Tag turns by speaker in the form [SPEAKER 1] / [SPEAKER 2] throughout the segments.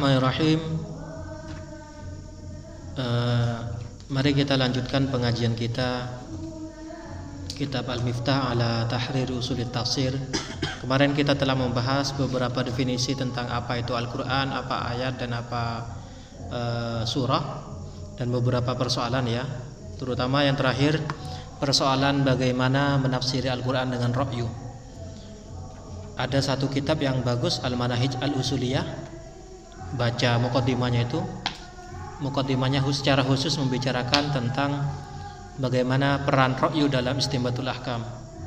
[SPEAKER 1] Bismillahirrahmanirrahim. Mari kita lanjutkan pengajian kita Kitab Al-Miftah ala Tahrir Ushul Tafsir. Kemarin kita telah membahas beberapa definisi tentang apa itu Al-Quran, apa ayat dan apa surah, dan beberapa persoalan ya. Terutama yang terakhir, persoalan bagaimana menafsiri Al-Quran dengan ra'yu. Ada satu kitab yang bagus, Al-Manahij Al-Usuliyah. Baca muqaddimahnya itu. Muqaddimahnya secara khusus membicarakan tentang bagaimana peran ra'yu dalam istinbatul ahkam.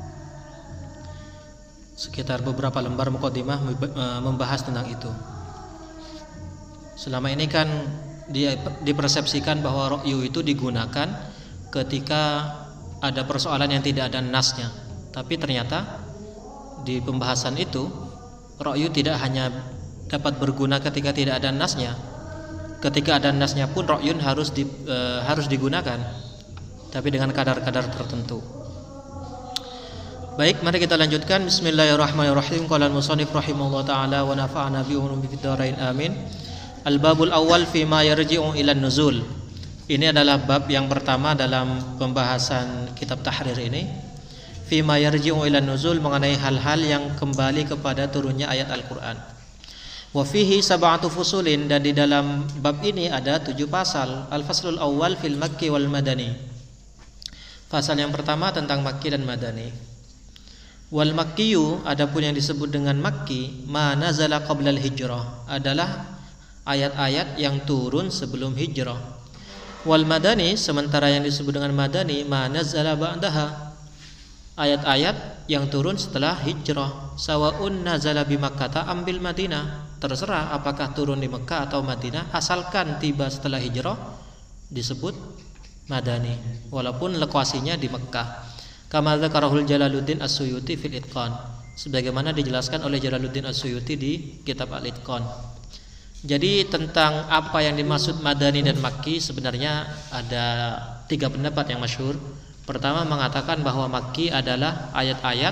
[SPEAKER 1] Sekitar beberapa lembar muqaddimah membahas tentang itu. Selama ini kan dipersepsikan bahwa ra'yu itu digunakan ketika ada persoalan yang tidak ada nasnya. Tapi ternyata di pembahasan itu ra'yu tidak hanya dapat berguna ketika tidak ada nasnya. Ketika ada nasnya pun ra'yun harus digunakan, tapi dengan kadar-kadar tertentu. Baik, mari kita lanjutkan. Bismillahirrahmanirrahim. Qala al-musannif rahimahullah taala wa nafa'ana bi ulumi fid dharain amin. Al-babul awal fi ma yarji'u ila nuzul. Ini adalah bab yang pertama dalam pembahasan kitab tahrir ini. Fi ma yarji'u ila nuzul, mengenai hal-hal yang kembali kepada turunnya ayat Al-Qur'an. Wa fihi sab'atu fusulin, dan di dalam bab ini ada 7 pasal. Al-faslul awal fil makki wal madani. Pasal yang pertama tentang makki dan madani. Wal makkiyu, adapun yang disebut dengan makki, ma nazala qabla al-hijrah, adalah ayat-ayat yang turun sebelum hijrah. Wal madani, sementara yang disebut dengan madani, ma nazala ba'daha, ayat-ayat yang turun setelah hijrah. Sawaun nazala bi Makkah ambil Madinah, terserah apakah turun di Mekah atau Madinah, asalkan tiba setelah hijrah disebut madani, walaupun lokasinya di Mekah. Kama dzakarahul Jalaluddin As-Suyuti fil Itqan, sebagaimana dijelaskan oleh Jalaluddin As-Suyuti di kitab Al-Itqan. Jadi tentang apa yang dimaksud madani dan makki sebenarnya ada 3 pendapat yang masyhur. Pertama mengatakan bahwa makki adalah ayat-ayat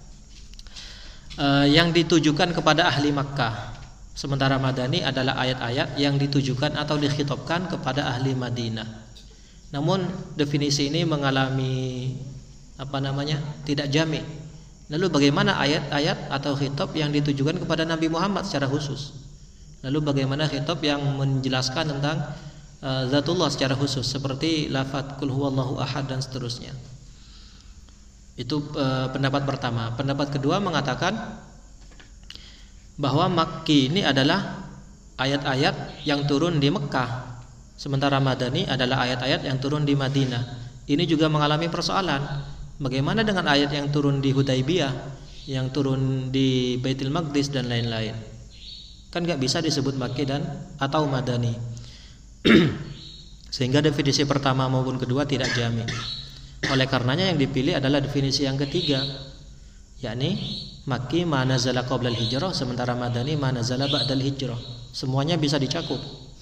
[SPEAKER 1] yang ditujukan kepada ahli Makkah, sementara madani adalah ayat-ayat yang ditujukan atau dikhitabkan kepada ahli Madinah. Namun definisi ini mengalami tidak jami. Lalu bagaimana ayat-ayat atau khitab yang ditujukan kepada Nabi Muhammad secara khusus? Lalu bagaimana khitab yang menjelaskan tentang zatullah secara khusus, seperti lafaz qul huwallahu ahad dan seterusnya. Itu pendapat pertama. Pendapat kedua mengatakan bahwa makki ini adalah ayat-ayat yang turun di Mekah, sementara madani adalah ayat-ayat yang turun di Madinah. Ini juga mengalami persoalan. Bagaimana dengan ayat yang turun di Hudaybiyah, yang turun di Baitul Maqdis dan lain-lain? Kan gak bisa disebut makki dan atau madani. Sehingga definisi pertama maupun kedua tidak jami. Oleh karenanya yang dipilih adalah definisi yang ketiga, yakni makki ma nazala qabla al-hijrah, sementara madani ma nazala ba'dal hijrah. Semuanya bisa dicakup.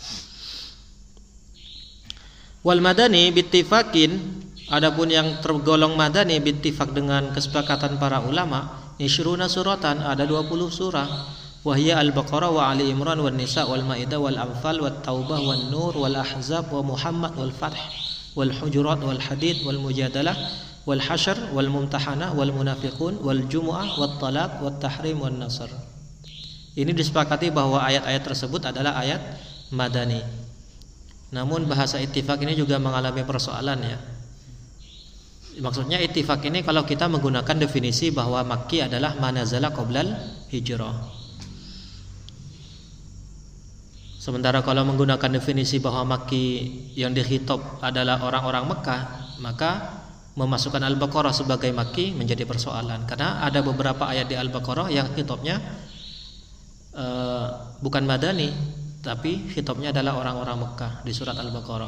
[SPEAKER 1] Wal madani bittifaqin, adapun yang tergolong madani bittifaq dengan kesepakatan para ulama, isyruna suratan, ada 20 surah. Wahya Al-Baqarah wa Ali Imran wa Nisa wal Maidah wal Anfal wat Taubah wan Nur wal Ahzab wa Muhammad wal Fath wal Hujurat wal Hadid wal Mujadalah wal Hasyr wal Mumtahanah wal Munafiqun wal Jumu'ah wat Talaq wat Tahrim wan Nasr. Ini disepakati bahwa ayat-ayat tersebut adalah ayat madani. Namun bahasa ittifaq ini juga mengalami persoalan ya. Maksudnya ittifaq ini kalau kita menggunakan definisi bahwa makki adalah manazala qoblal hijrah. Sementara kalau menggunakan definisi bahwa makki yang dikhitab adalah orang-orang Mekah, maka memasukkan Al-Baqarah sebagai makki menjadi persoalan. Karena ada beberapa ayat di Al-Baqarah yang khitabnya bukan madani, tapi khitabnya adalah orang-orang Mekah di surat Al-Baqarah.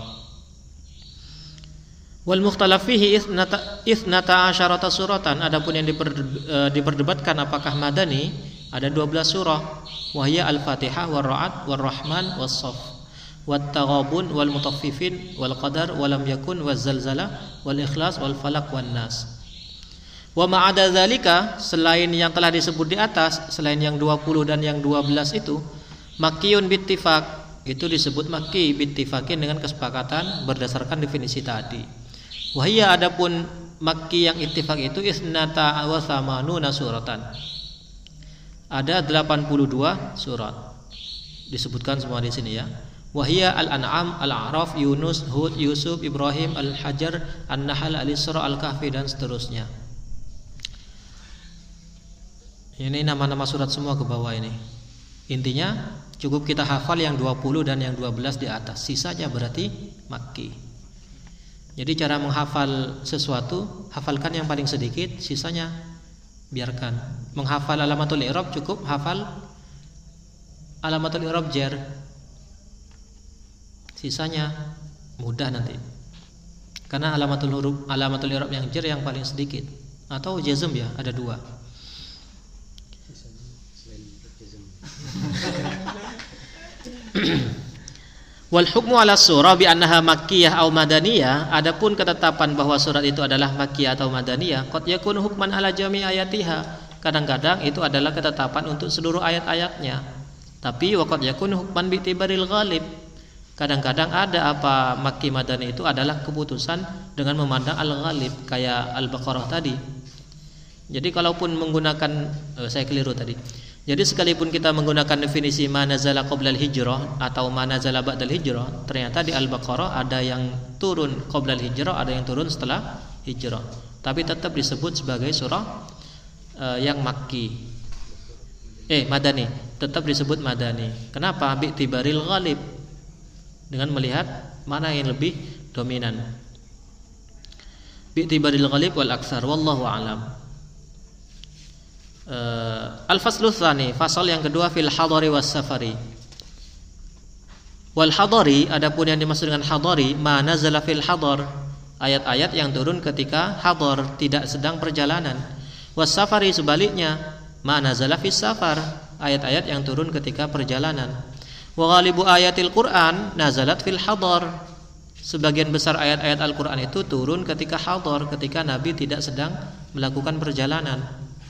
[SPEAKER 1] Wal mukhtalaf fihi ithnata asyarata suratan, adapun yang diperdebatkan apakah madani, ada 12 surah. Wahya Al-Fatihah wal Ra'd wal Rahman was Saff wat Taghabun wal Mutaffifin wal Qadar walam yakun waz Zalzalah wal Ikhlas wal Falaq wan Nas. Wa ma'ada dzalika, selain yang telah disebut di atas, selain yang 20 dan yang 12 itu, Makkiyun bittifaq itu disebut makki bittifakin dengan kesepakatan berdasarkan definisi tadi. Wahia adapun makki yang ittifaq itu isnata wa thamanuna suratan. Ada 82 surat. Disebutkan semua di sini ya. Wahia Al-An'am, Al-A'raf, Yunus, Hud, Yusuf, Ibrahim, Al-Hajar, An-Nahl, Al-Isra, Al-Kahfi dan seterusnya. Ini nama-nama surat semua ke bawah ini. Intinya cukup kita hafal yang 20 dan yang 12 di atas. Sisanya berarti makki. Jadi cara menghafal sesuatu, hafalkan yang paling sedikit, sisanya biarkan. Menghafal alamatul i'rab cukup hafal alamatul i'rab jar. Sisanya mudah nanti. Karena alamatul i'rab yang jar yang paling sedikit. Atau jazm ya, ada 2. Wal hukmu ala surah bi annaha makkiyah aw madaniyah, adapun ketetapan bahwa surat itu adalah makkiyah atau madaniyah, qad yakunu hukman ala jami ayatiha. Kadang-kadang itu adalah ketetapan untuk seluruh ayat-ayatnya. Tapi waqad yakunu hukman bi tibaril ghalib. Kadang-kadang ada apa makki madani itu adalah keputusan dengan memandang al-ghalib kayak Al-Baqarah tadi. Jadi kalaupun menggunakan saya keliru tadi. Jadi sekalipun kita menggunakan definisi ma nazala qabla al-hijrah atau ma nazala ba'da al-hijrah, ternyata di Al-Baqarah ada yang turun qabla al-hijrah, ada yang turun setelah hijrah. Tapi tetap disebut sebagai surah yang makki. Madani, tetap disebut madani. Kenapa? Bi tibaril ghalib. Dengan melihat mana yang lebih dominan. Bi tibaril ghalib wal aktsar wallahu a'lam. Al-faslu tsani, fasal yang kedua fil hadari was safari. Wal hadari, adapun yang dimaksud dengan hadari, ma nazala fil hadar, ayat-ayat yang turun ketika hadar, tidak sedang perjalanan. Was safari sebaliknya, ma nazala fis safar, ayat-ayat yang turun ketika perjalanan. Wa ghalibu ayatil Qur'an nazalat fil hadar. Sebagian besar ayat-ayat Al-Qur'an itu turun ketika hadar, ketika Nabi tidak sedang melakukan perjalanan.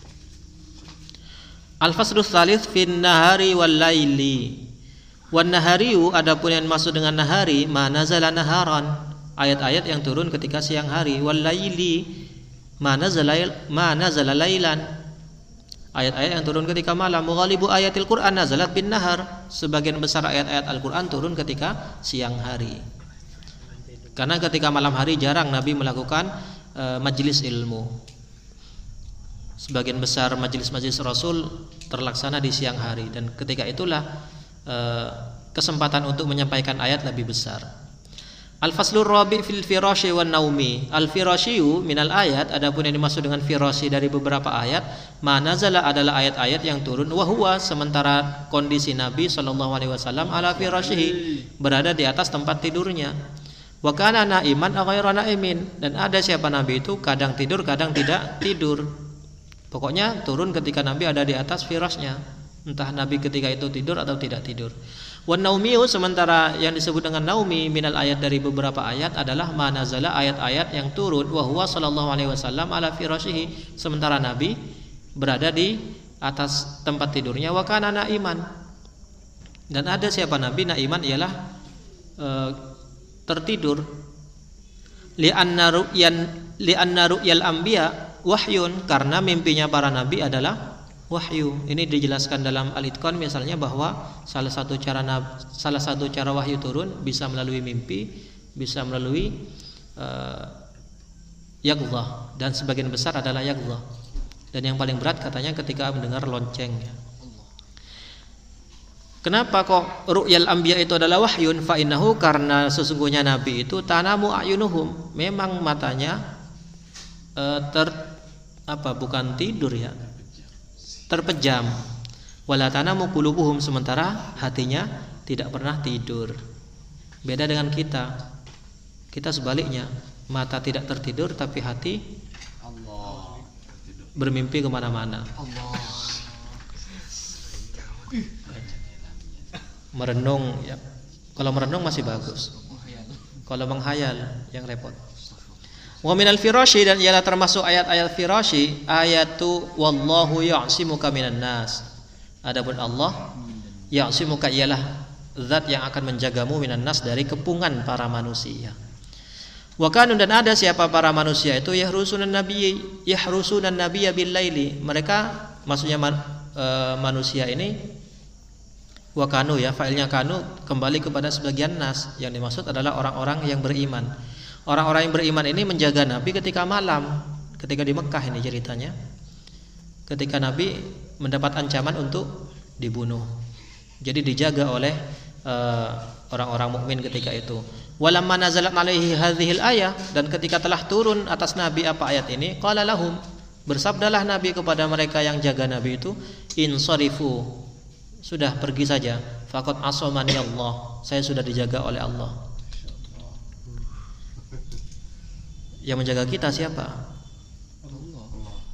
[SPEAKER 1] Al-faslu tsalits fin nahari wal laili. Wan nahariyu, adapun yang maksud dengan nahari, ma nazala naharan, ayat-ayat yang turun ketika siang hari. Wal laili, ma nazala lailan, ayat-ayat yang turun ketika malam. Mughalibu ayatil Qur'an nazalat bin nahar, sebagian besar ayat-ayat Al-Qur'an turun ketika siang hari. Karena ketika malam hari jarang Nabi melakukan majelis ilmu. Sebagian besar majelis-majelis Rasul terlaksana di siang hari, dan ketika itulah kesempatan untuk menyampaikan ayat lebih besar. Al-faslur rabi' fil firashi wan naumi. Al-firashiyu minal ayat, adapun yang dimaksud dengan firashi dari beberapa ayat, ma nazala adalah ayat-ayat yang turun, wa huwa, sementara kondisi Nabi sallallahu alaihi wasallam ala firashihi, berada di atas tempat tidurnya. Wa kana naiman aw ghairu naimin, dan ada siapa Nabi itu kadang tidur kadang tidak tidur. Pokoknya turun ketika Nabi ada di atas firasnya, entah Nabi ketika itu tidur atau tidak tidur. Wan naumiyu, sementara yang disebut dengan naumi minal ayat dari beberapa ayat adalah ma nazala, ayat-ayat yang turun, wa huwa sallallahu alaihi wasallam ala firashihi, sementara Nabi berada di atas tempat tidurnya. Wa kana naiman, dan ada siapa Nabi naiman ialah tertidur. Li'anna ru'yal anbiya wahyun, karena mimpinya para nabi adalah wahyu. Ini dijelaskan dalam Al-Itqan misalnya bahwa salah satu cara wahyu turun bisa melalui mimpi, bisa melalui yaqdzah, dan sebagian besar adalah yaqdzah. Dan yang paling berat katanya ketika mendengar lonceng. Kenapa kok ru'yal anbiya itu adalah wahyun? Fa innahu, karena sesungguhnya nabi itu tanamu ayunuhum, memang matanya bukan tidur ya, terpejam. Wala tanamu qulubuhum, sementara hatinya tidak pernah tidur. Beda dengan kita. Kita sebaliknya, mata tidak tertidur tapi hati bermimpi kemana-mana. Merenung ya. Kalau merenung masih bagus. Kalau menghayal yang repot. Wa minal firashi, dan ialah termasuk ayat-ayat firashi ayatu wallahu ya'simuka minan nas. Adapun Allah Ya'simuka ialah zat yang akan menjagamu minan nas dari kepungan para manusia. Wa kanu dan ada siapa para manusia itu yahrusunan nabiyya bil laili. Mereka maksudnya manusia ini wa kanu ya, failnya kanu kembali kepada sebagian nas. Yang dimaksud adalah orang-orang yang beriman. Orang-orang yang beriman ini menjaga Nabi ketika malam, ketika di Mekah ini ceritanya. Ketika Nabi mendapat ancaman untuk dibunuh. Jadi dijaga oleh orang-orang mukmin ketika itu. Walamma nazalat alaihi hadhil ayah, dan ketika telah turun atas Nabi apa ayat ini, qala lahum, bersabdalah Nabi kepada mereka yang jaga Nabi itu, insarifu, sudah pergi saja, faqad asamani Allah, saya sudah dijaga oleh Allah. Yang menjaga kita siapa? Allah.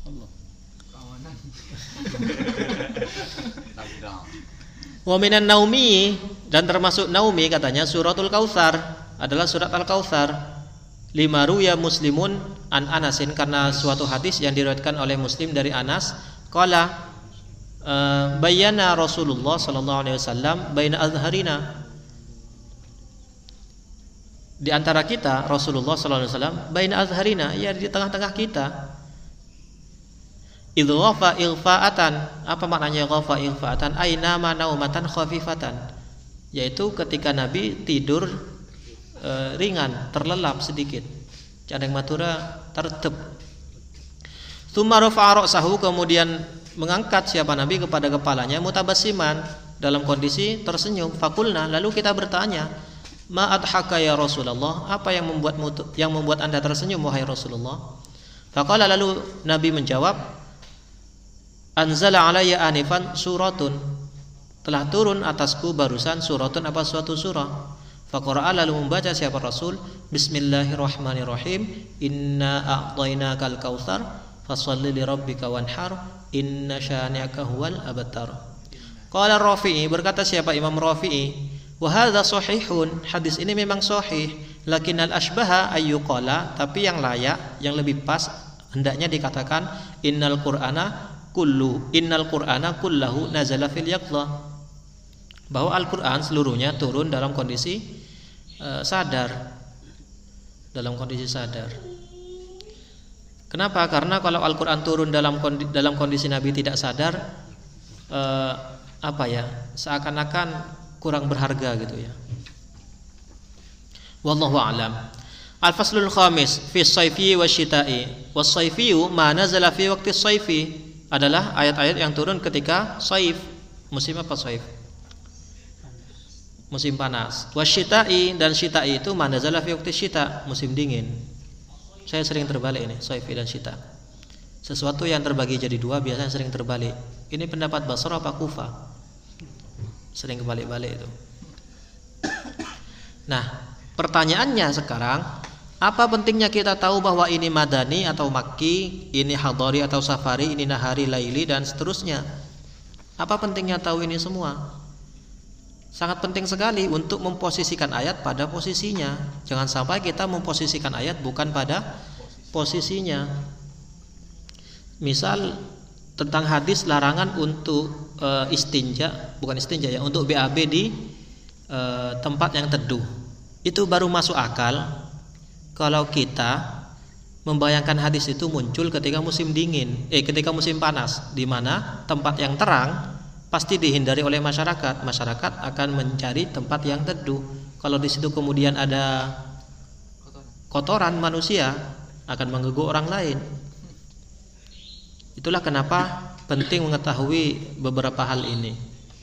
[SPEAKER 1] Wa minan naumi, dan termasuk naumi katanya suratul Kautsar adalah surat Al-Kautsar. Lima ruya Muslimun an Anasin, karena suatu hadis yang diriwayatkan oleh Muslim dari Anas, qala bayyana Rasulullah sallallahu alaihi wasallam baina azharina, di antara kita Rasulullah sallallahu alaihi wasallam baina azharina, ya di tengah-tengah kita. Idh ghafa ighfa'atan, apa maknanya ghafa ighfa'atan? Aina ma naumatan khafifatan, yaitu ketika Nabi tidur ringan, terlelap sedikit. Cadang matura tertib. Tsumma rafa'a ra'sahu, kemudian mengangkat siapa Nabi kepada kepalanya, mutabassiman, dalam kondisi tersenyum. Fakulna, lalu kita bertanya, ma adhaka ya Rasulullah, apa yang membuat Anda tersenyum wahai Rasulullah? Faqala, lalu Nabi menjawab, anzala alayya anifan suratun, telah turun atasku barusan suratun, apa suatu surah. Faqara'a, lalu membaca siapa Rasul, bismillahirrahmanirrahim, inna a'tainakal kautsar fasholli li rabbika wanhar inna syani'aka huwal abtar. Qala Rafi'i, berkata siapa Imam Rafi'i, wa hadza sahihun, hadis ini memang sahih, lakinnal asbaha ayyuqala, tapi yang layak, yang lebih pas hendaknya dikatakan innal qur'ana kullahu nazala fil yaqظah, bahwa Al-Qur'an seluruhnya turun dalam kondisi sadar, dalam kondisi sadar. Kenapa? Karena kalau Al-Qur'an turun dalam kondisi Nabi tidak sadar, seakan-akan kurang berharga gitu ya. Wallahu a'lam. Al-faslul khamis fi as-sayfi wasyita'i. Was-sayfiyu ma nazala fi waqti as-sayfi, adalah ayat-ayat yang turun ketika saif, musim apa saif? Musim panas. Wasyita'i, dan syita'i itu ma nazala fi waqti syita, musim dingin. Saya sering terbalik ini, saif dan syita. Sesuatu yang terbagi jadi dua biasanya sering terbalik. Ini pendapat Basra apa Kufah? Sering kebalik-balik itu. Nah, pertanyaannya sekarang, apa pentingnya kita tahu bahwa ini madani atau makki, ini hadari atau safari, ini nahari, laili, dan seterusnya? Apa pentingnya tahu ini semua? Sangat penting sekali untuk memposisikan ayat pada posisinya. Jangan sampai kita memposisikan ayat bukan pada posisinya. Misal tentang hadis larangan untuk untuk BAB di tempat yang teduh. Itu baru masuk akal kalau kita membayangkan hadis itu muncul ketika musim dingin, ketika musim panas, di mana tempat yang terang pasti dihindari oleh masyarakat. Masyarakat akan mencari tempat yang teduh. Kalau di situ kemudian ada kotoran manusia, akan mengganggu orang lain. Itulah kenapa penting mengetahui beberapa hal ini.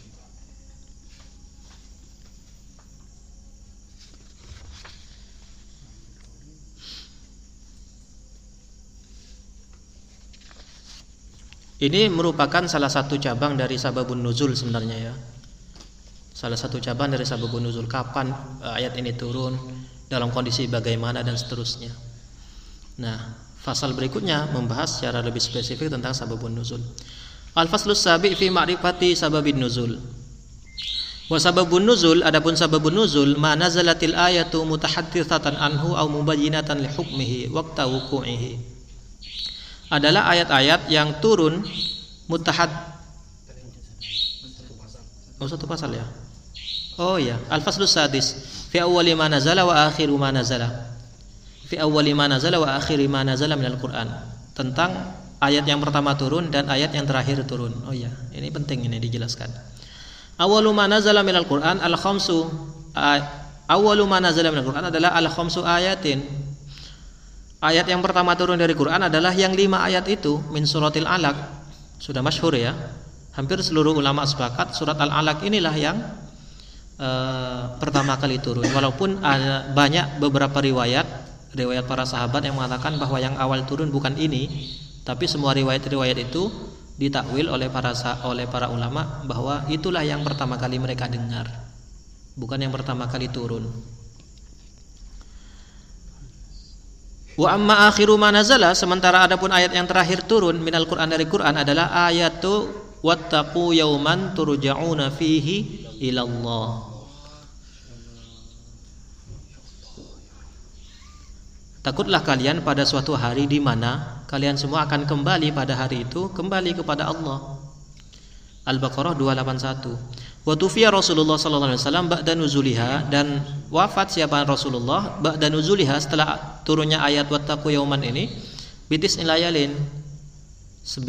[SPEAKER 1] Ini merupakan salah satu cabang dari sababun nuzul sebenarnya ya. Salah satu cabang dari sababun nuzul, kapan ayat ini turun, dalam kondisi bagaimana, dan seterusnya. Nah, fasal berikutnya membahas secara lebih spesifik tentang sababun nuzul. Al-faslus sabi' fi ma'rifati sababin nuzul. Wa sababun nuzul, adapun sababun nuzul, ma nazalatil ayatu mutahadditsatan anhu aw mubayyinatan li hukmihi waqta wuqu'ihi, adalah ayat-ayat yang turun Oh, satu pasal ya. Oh ya, al-faslus sadis fi awwali ma nazala wa akhiru ma nazala. Fi awwali ma nazala wa akhiri ma nazala minal Qur'an. Tentang ayat yang pertama turun dan ayat yang terakhir turun. Oh ya, ini penting ini dijelaskan. Awwalu ma nazala minal Qur'an al-khamsu. Awwalu ma nazala minal Qur'an adalah al-khamsu ayatin. Ayat yang pertama turun dari Quran adalah yang 5 ayat itu min suratil Alaq. Sudah masyhur ya. Hampir seluruh ulama sepakat surat Al-Alaq inilah yang pertama kali turun. Walaupun ada banyak beberapa riwayat para sahabat yang mengatakan bahwa yang awal turun bukan ini, tapi semua riwayat-riwayat itu ditakwil oleh para ulama bahwa itulah yang pertama kali mereka dengar, bukan yang pertama kali turun. Wa amma akhiru ma nazala, sementara adapun ayat yang terakhir turun minal Qur'an dari Quran adalah ayatu wattaqu yauman turja'una fihi ilallah. Takutlah kalian pada suatu hari di mana kalian semua akan kembali pada hari itu, kembali kepada Allah. Al-Baqarah 281. Wa tufiya Rasulullah sallallahu alaihi wasallam ba'da nuzuliha, dan wafat siapa Rasulullah ba'da nuzuliha, setelah turunnya ayat wattaqu yauman ini, bitis layalin, 9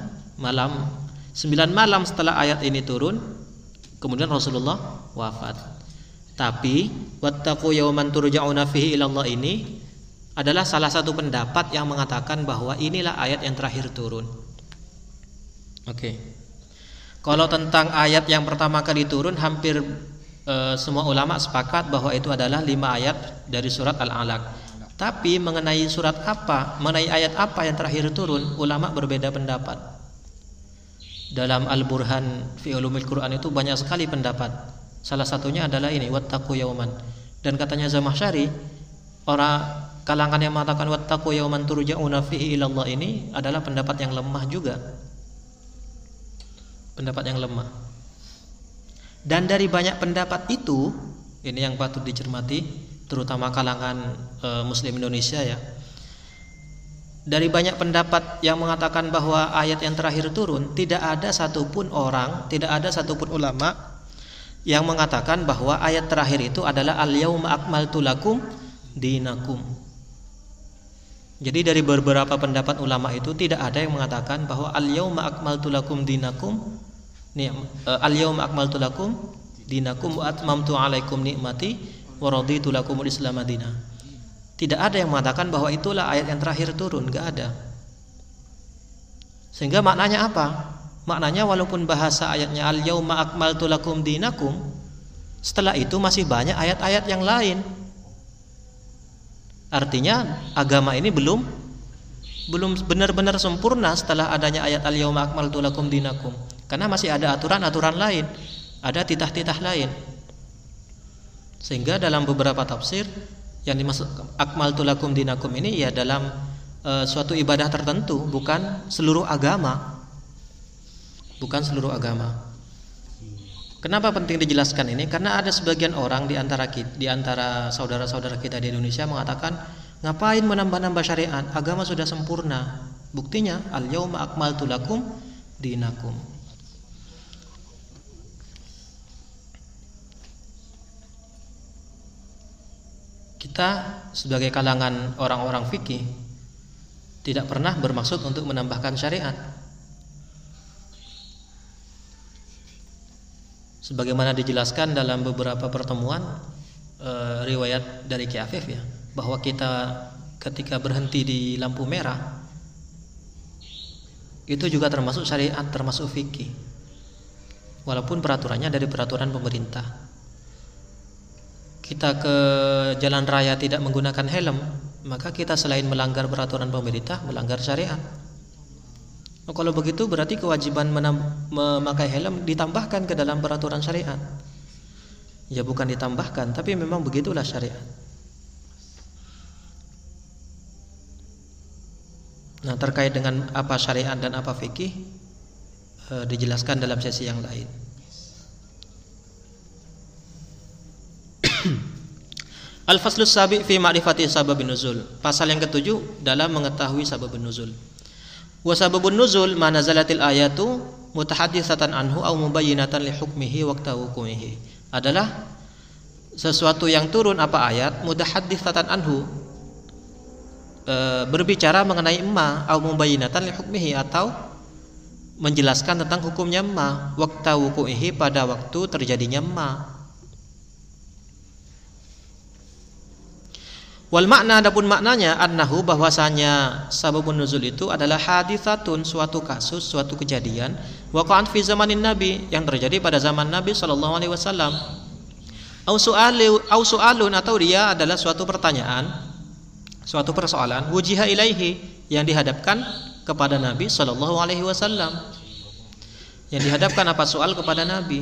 [SPEAKER 1] malam setelah ayat ini turun, kemudian Rasulullah wafat. Tapi wattaqu yauman turja'una fihi ila Allah ini adalah salah satu pendapat yang mengatakan bahwa inilah ayat yang terakhir turun. Oke. Kalau tentang ayat yang pertama kali turun, hampir semua ulama sepakat bahwa itu adalah 5 ayat dari surat Al-Alaq. Tapi mengenai ayat apa yang terakhir turun, ulama berbeda pendapat. Dalam Al-Burhan fi Ulumil Quran itu banyak sekali pendapat. Salah satunya adalah ini, wattaqu yauman. Dan katanya Zamakhsyari, orang kalangan yang mengatakan wattaqu yauman turja'una fihi ila Allah ini adalah pendapat yang lemah juga. Pendapat yang lemah. Dan dari banyak pendapat itu, ini yang patut dicermati, terutama kalangan Muslim Indonesia ya. Dari banyak pendapat yang mengatakan bahwa ayat yang terakhir turun, tidak ada satupun ulama yang mengatakan bahwa ayat terakhir itu adalah al-yauma akmaltu lakum dinakum. Jadi dari beberapa pendapat ulama itu tidak ada yang mengatakan bahwa al-yauma akmaltu lakum dinakum, al-yauma akmaltu lakum dinakum wa atmamtu alaikum nikmati wa raditu lakumul Islam madina. Tidak ada yang mengatakan bahwa itulah ayat yang terakhir turun, enggak ada. Sehingga maknanya apa? Maknanya walaupun bahasa ayatnya al-yauma akmaltu lakum dinakum, setelah itu masih banyak ayat-ayat yang lain. Artinya agama ini belum benar-benar sempurna setelah adanya ayat al-yauma akmaltu lakum dinakum. Karena masih ada aturan-aturan lain, ada titah-titah lain. Sehingga dalam beberapa tafsir yang dimaksud akmaltu lakum dinakum ini ya dalam suatu ibadah tertentu, bukan seluruh agama. Bukan seluruh agama. Kenapa penting dijelaskan ini? Karena ada sebagian orang di antara saudara-saudara kita di Indonesia mengatakan, ngapain menambah-nambah syariat? Agama sudah sempurna. Buktinya al-yauma akmaltu lakum dinakum. Kita sebagai kalangan orang-orang fikih tidak pernah bermaksud untuk menambahkan syariat. Sebagaimana dijelaskan dalam beberapa pertemuan riwayat dari Ki Afif ya, bahwa kita ketika berhenti di lampu merah itu juga termasuk syariat, termasuk fikih, walaupun peraturannya dari peraturan pemerintah. Kita ke jalan raya tidak menggunakan helm, maka kita selain melanggar peraturan pemerintah, melanggar syariat. Nah, kalau begitu berarti kewajiban memakai helm ditambahkan ke dalam peraturan syariat. Ya bukan ditambahkan, tapi memang begitulah syariat. Nah, terkait dengan apa syariat dan apa fikih dijelaskan dalam sesi yang lain. Al-faslus sabi' fi ma'rifati sababin nuzul. Pasal yang ke-7 dalam mengetahui sababun nuzul. Wa sababun nuzul ma nazalatil ayatu mutahadditsatan anhu aw mubayyinatan li hukmihi waqta hukumihi. Adalah sesuatu yang turun apa ayat mutahadditsatan anhu, berbicara mengenai ma, aw mubayyinatan li hukmihi, atau menjelaskan tentang hukumnya ma, waqta wuku'ihi, pada waktu terjadinya ma. Wal makna, adapun maknanya, annahu, bahwasanya sababun nuzul itu adalah haditsatun, suatu kasus, suatu kejadian, waqa'at fi zamanin nabi, yang terjadi pada zaman Nabi sallallahu alaihi wasallam. Au su'alun, atau dia adalah suatu pertanyaan, suatu persoalan, wujiha ilaihi, yang dihadapkan kepada Nabi sallallahu alaihi wasallam. Yang dihadapkan apa? Soal kepada Nabi.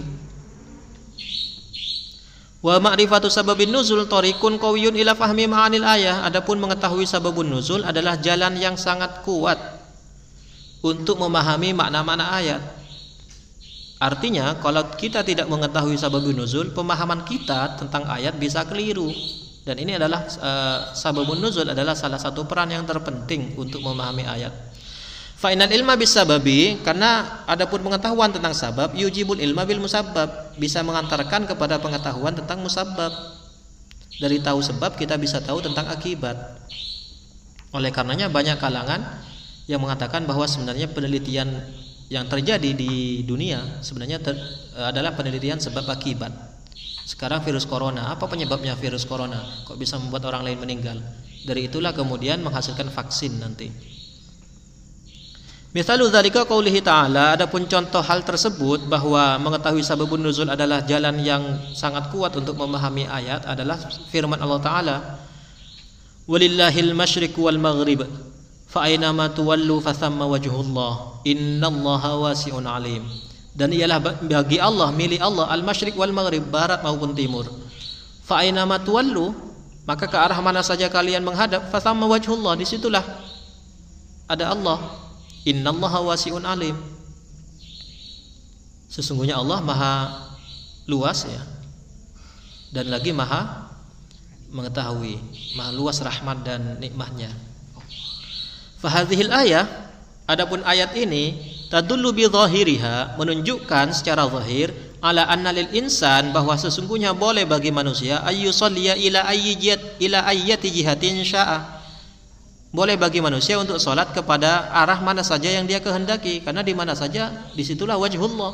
[SPEAKER 1] Wa ma'rifatu sababin nuzul tariqun qawiyyun ila fahmi ma'anil ayah. Adapun mengetahui sababun nuzul adalah jalan yang sangat kuat untuk memahami makna-makna ayat. Artinya, kalau kita tidak mengetahui sababun nuzul, pemahaman kita tentang ayat bisa keliru. Dan ini adalah sababun nuzul adalah salah satu peran yang terpenting untuk memahami ayat. Fa'inal ilma bisababi, karena adapun pengetahuan tentang sabab, yujibul ilma bil musabbab, bisa mengantarkan kepada pengetahuan tentang musabbab. Dari tahu sebab kita bisa tahu tentang akibat. Oleh karenanya banyak kalangan yang mengatakan bahwa sebenarnya penelitian yang terjadi di dunia sebenarnya adalah penelitian sebab akibat. Sekarang virus corona, apa penyebabnya virus corona? Kok bisa membuat orang lain meninggal? Dari itulah kemudian menghasilkan vaksin nanti. Misalu dzalika qaulihi ta'ala, adapun contoh hal tersebut bahwa mengetahui sababun nuzul adalah jalan yang sangat kuat untuk memahami ayat adalah firman Allah Ta'ala, walillahil masyriq wal maghrib fa aina ma tuwallu fa thamma wajhullah innallaha wasi'un alim. Dan ialah bagi Allah, milik Allah, al masyriq wal maghrib, barat maupun timur. Fa aina ma tuwallu, maka ke arah mana saja kalian menghadap, fa thamma wajhullah, disitulah ada Allah. Innallaha wasi'un alim, sesungguhnya Allah maha luas ya, dan lagi maha mengetahui, maha luas rahmat dan nikmatnya. Fahadhil ayah, adapun ayat ini, tadullu bi dhahiriha, menunjukkan secara zahir, ala anna lil insan, bahwa sesungguhnya boleh bagi manusia ayyusalliya ila ayyati jihatin sya'a, boleh bagi manusia untuk sholat kepada arah mana saja yang dia kehendaki, karena di mana saja disitulah wajhullah.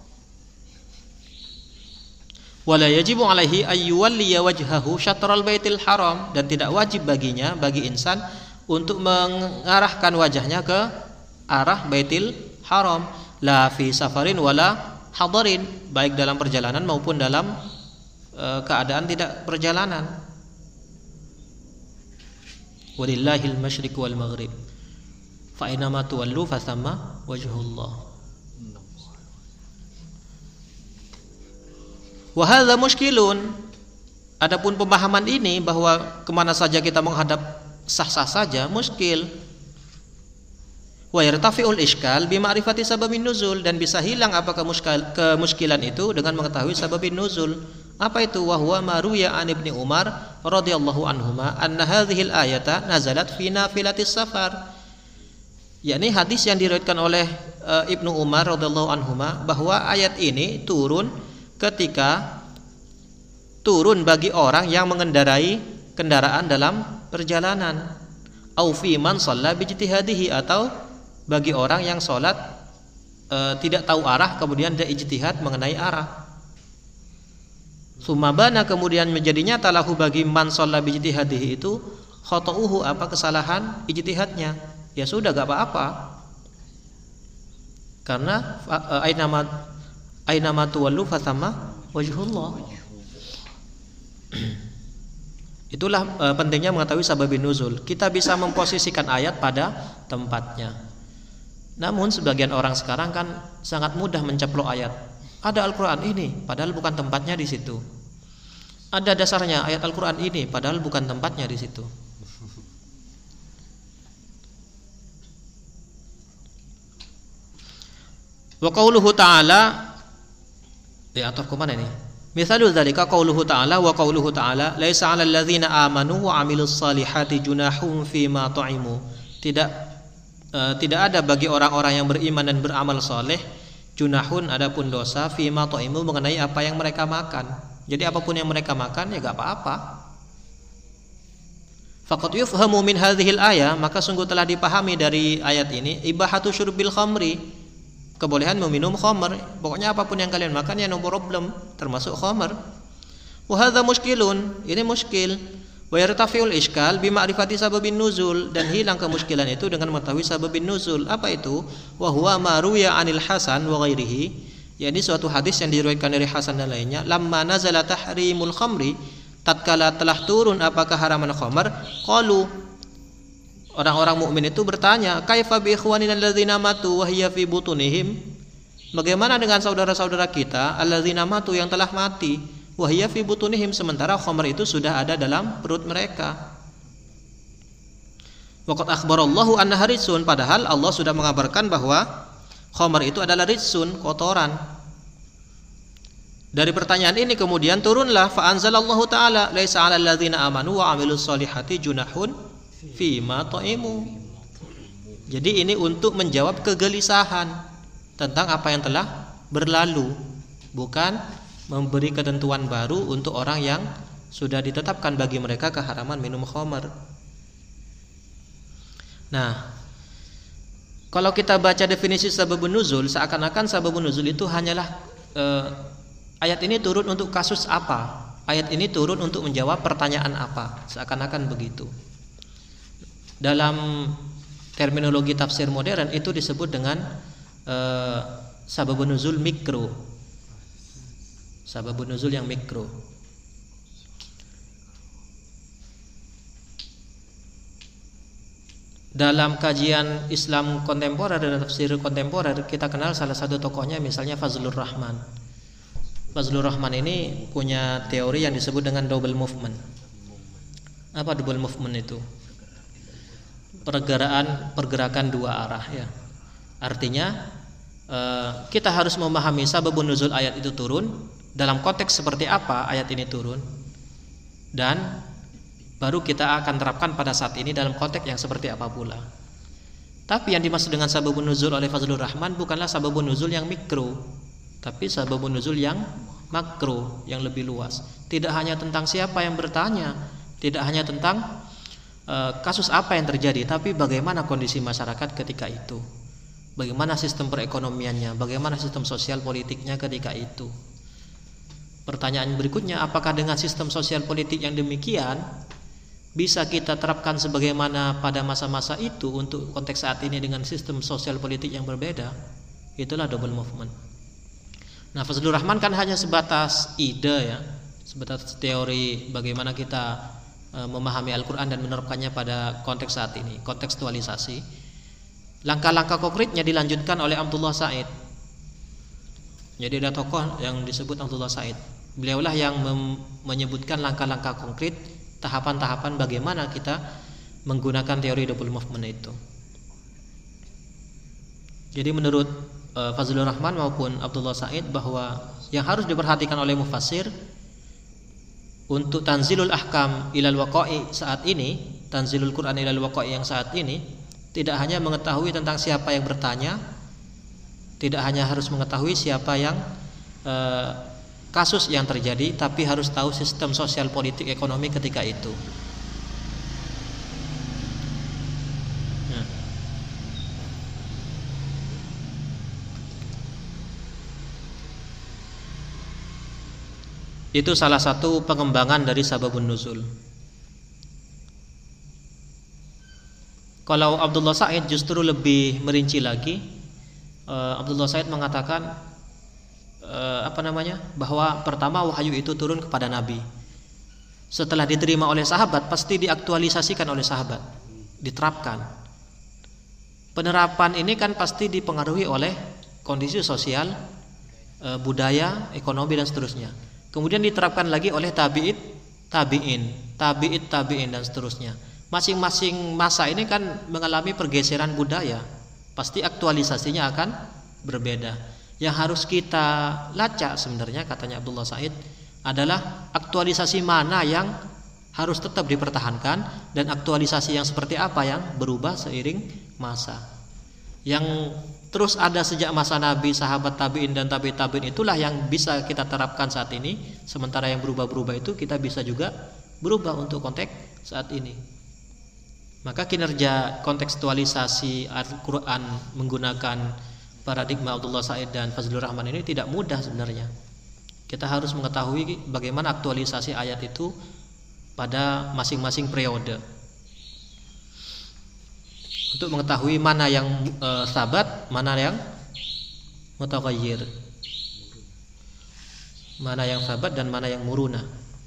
[SPEAKER 1] Wala yajibu alaihi ayyuwalliya wajhahu syatral baitil haram, dan tidak wajib baginya, bagi insan, untuk mengarahkan wajahnya ke arah baitil haram, la fi safarin wala hadarin, baik dalam perjalanan maupun dalam keadaan tidak perjalanan. Walillahil masyriq wal maghrib fa aina ma tuwallu fa thamma wajhullah. Wa hadza mushkilun, adapun pemahaman ini bahwa kemana saja kita menghadap sah-sah saja, muskil. Wa yartafi'ul iskal bi ma'rifati sababin nuzul, dan bisa hilang apa kemuskilan itu dengan mengetahui sababin nuzul. Apa itu? Wa huwa ma ruya an Ibnu Umar radhiyallahu anhuma anna hadhil ayata nazalat fi nafilatis safar, yakni hadis yang diriwayatkan oleh Ibnu Umar radhiyallahu anhuma bahwa ayat ini turun ketika turun bagi orang yang mengendarai kendaraan dalam perjalanan, au fi man shalla bi ijtihadihi, atau bagi orang yang sholat tidak tahu arah kemudian dia ijtihad mengenai arah. Sumabana, kemudian menjadi nyata lahu bagi man shalla bi ijtihadihi itu khata'uhu, apa kesalahan ijtihadnya, ya sudah gak apa-apa, karena ainama tuwallu fathamma wajhullah. Itulah pentingnya mengetahui sababin nuzul. Kita bisa memposisikan ayat pada tempatnya. Namun sebagian orang sekarang kan sangat mudah mencaplok ayat. Ada Al-Quran ini, padahal bukan tempatnya di situ. Ada dasarnya ayat Al-Quran ini, padahal bukan tempatnya di situ. Wa qauluhu ta'ala, diatur ke mana ini? Misalul dzalika qauluhu ta'ala wa qauluhu ta'ala laisa 'alal ladzina amanu wa 'amilus salihati junahum fima ta'imu. Tidak ada bagi orang-orang yang beriman dan beramal saleh junahun adapun dosa fima ta'imu mengenai apa yang mereka makan. Jadi apapun yang mereka makan ya gak apa-apa. Faqad yufhamu min hadhil ayah, maka sungguh telah dipahami dari ayat ini ibahatu syurbil khamri, kebolehan meminum khamr. Pokoknya apapun yang kalian makan ya no problem, termasuk khamr. Wa hadza muskilun, ini muskil. Wa yartafiul iskal bima'rifati sababin nuzul, dan hilang kemuskilan itu dengan mengetahui sababin nuzul. Apa itu? Wa huwa ma ruya 'anil Hasan wa ghairihi, yakni suatu hadis yang diriwayatkan dari Hasan dan lainnya, lamma nazala tahrimul khamri, tatkala telah turun apa keharaman khamar, qalu, orang-orang mukmin itu bertanya, kaifa bi ikhwanina alladzina matu wa hiya fi butunihim, bagaimana dengan saudara-saudara kita alladzina matu yang telah mati, wa hiya fi butunihim, sementara khamar itu sudah ada dalam perut mereka. Waqad akhbarallahu annaha rijsun, padahal Allah sudah mengabarkan bahwa khamar itu adalah rijsun, kotoran. Dari pertanyaan ini kemudian turunlah fa anzalallahu ta'ala laisa 'alal ladzina amanu wa 'amilus solihati junahun fima ta'imu. Jadi ini untuk menjawab kegelisahan tentang apa yang telah berlalu, bukan memberi ketentuan baru untuk orang yang sudah ditetapkan bagi mereka keharaman minum khamar. Nah, kalau kita baca definisi sababun nuzul, seakan-akan sababun nuzul itu hanyalah ayat ini turun untuk kasus apa? Ayat ini turun untuk menjawab pertanyaan apa? Seakan-akan begitu. Dalam terminologi tafsir modern itu disebut dengan sababun nuzul mikro. Sababun nuzul yang mikro. Dalam kajian Islam kontemporer dan tafsir kontemporer, kita kenal salah satu tokohnya misalnya Fazlur Rahman. Fazlur Rahman ini punya teori yang disebut dengan double movement. Apa double movement itu? Pergerakan dua arah ya. Artinya kita harus memahami sababun nuzul ayat itu turun, dalam konteks seperti apa ayat ini turun, dan baru kita akan terapkan pada saat ini dalam konteks yang seperti apa pula. Tapi yang dimaksud dengan sababun nuzul oleh Fazlur Rahman bukanlah sababun nuzul yang mikro, tapi sababun nuzul yang makro, yang lebih luas. Tidak hanya tentang siapa yang bertanya, tidak hanya tentang kasus apa yang terjadi, tapi bagaimana kondisi masyarakat ketika itu, bagaimana sistem perekonomiannya, bagaimana sistem sosial politiknya ketika itu. Pertanyaan berikutnya, apakah dengan sistem sosial politik yang demikian bisa kita terapkan sebagaimana pada masa-masa itu untuk konteks saat ini dengan sistem sosial politik yang berbeda? Itulah double movement. Nah, Fazlur Rahman kan hanya sebatas ide ya, sebatas teori bagaimana kita memahami Al-Quran dan menerapkannya pada konteks saat ini, kontekstualisasi. Langkah-langkah konkretnya dilanjutkan oleh Abdullah Said. Jadi ada tokoh yang disebut Abdullah Said. Beliaulah yang menyebutkan langkah-langkah konkret, tahapan-tahapan bagaimana kita menggunakan teori double movement itu. Jadi menurut Fazlur Rahman maupun Abdullah Said bahwa yang harus diperhatikan oleh mufassir untuk tanzilul ahkam ilal waqa'i saat ini, tanzilul Quran ilal waqa'i yang saat ini, tidak hanya mengetahui tentang siapa yang bertanya, tidak hanya harus mengetahui siapa yang kasus yang terjadi, tapi harus tahu sistem sosial politik ekonomi ketika itu. Itu salah satu pengembangan dari sababun nuzul. Kalau Abdullah Said justru lebih merinci lagi. Abdullah Said mengatakan bahwa pertama wahyu itu turun kepada Nabi. Setelah diterima oleh sahabat, pasti diaktualisasikan oleh sahabat, diterapkan. Penerapan ini kan pasti dipengaruhi oleh kondisi sosial, budaya, ekonomi dan seterusnya. Kemudian diterapkan lagi oleh tabi'in dan seterusnya. Masing-masing masa ini kan mengalami pergeseran budaya, pasti aktualisasinya akan berbeda. Yang harus kita lacak sebenarnya, katanya Abdullah Said, adalah aktualisasi mana yang harus tetap dipertahankan dan aktualisasi yang seperti apa yang berubah seiring masa. Yang terus ada sejak masa Nabi, sahabat tabi'in dan tabi'in, itulah yang bisa kita terapkan saat ini. Sementara yang berubah-berubah itu kita bisa juga berubah untuk konteks saat ini. Maka kinerja kontekstualisasi Al-Quran menggunakan paradigma Abdullah Said dan Fazlur Rahman ini tidak mudah sebenarnya. Kita harus mengetahui bagaimana aktualisasi ayat itu pada masing-masing periode untuk mengetahui mana yang sabat, mana yang mutaghayyir, mana yang sabat dan mana yang muruna.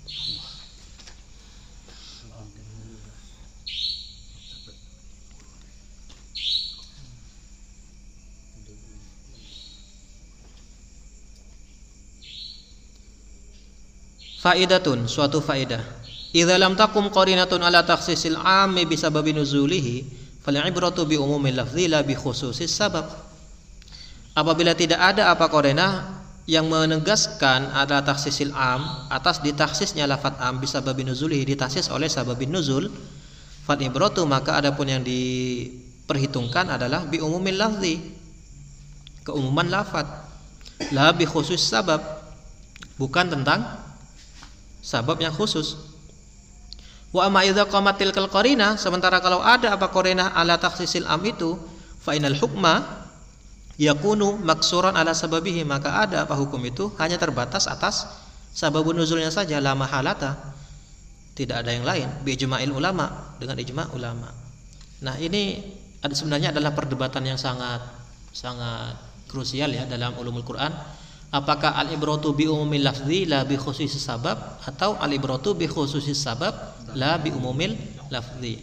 [SPEAKER 1] Faidatun, suatu faidah. Idza lam takum qarinatun ala takhsisil 'ammi bi sababi nuzulihi fal 'ibratu bi umumil lafzi la bi khususis sabab. Apabila tidak ada apa qarinah yang menegaskan ada takhsisil 'am atas ditakhsisnya lafaz 'am bi sababi nuzulihi, ditaksis oleh sababin nuzul, fal 'ibratu, maka adapun yang diperhitungkan adalah bi umumil lafzi, keumuman lafaz, la bi khusus sabab, bukan tentang sabab yang khusus. Wa amma idza qamatil kal qarinah, sementara kalau ada apa qarinah ala takhsisil am itu, fa inal hukma yakunu maksuran ala sababihi, maka ada apa hukum itu hanya terbatas atas sababun nuzulnya saja, la mahalata, tidak ada yang lain, bi ijma'il ulama, dengan ijma' ulama. Nah, ini sebenarnya adalah perdebatan yang sangat krusial ya dalam ulumul Quran. Apakah al-ibratu bi umumil lafzi la bi khususis sabab, atau al-ibratu bi khususis sabab la bi umumil lafzi?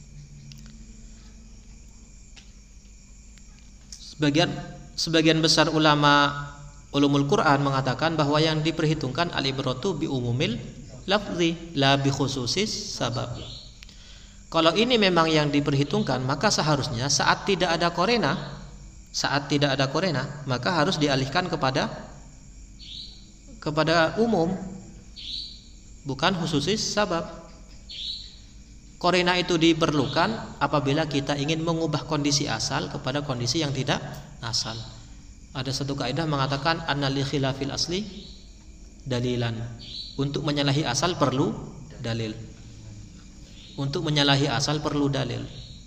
[SPEAKER 1] Sebagian besar ulama ulumul Quran mengatakan bahwa yang diperhitungkan al-ibratu bi umumil lafzi la bi khususis sabab. Kalau ini memang yang diperhitungkan, maka seharusnya saat tidak ada korena, maka harus dialihkan kepada umum, bukan khususis sabab. Korena itu diperlukan apabila kita ingin mengubah kondisi asal kepada kondisi yang tidak asal. Ada satu kaidah mengatakan anna li khilafil asli dalilan. Untuk menyalahi asal perlu dalil. Untuk menyalahi asal perlu dalil.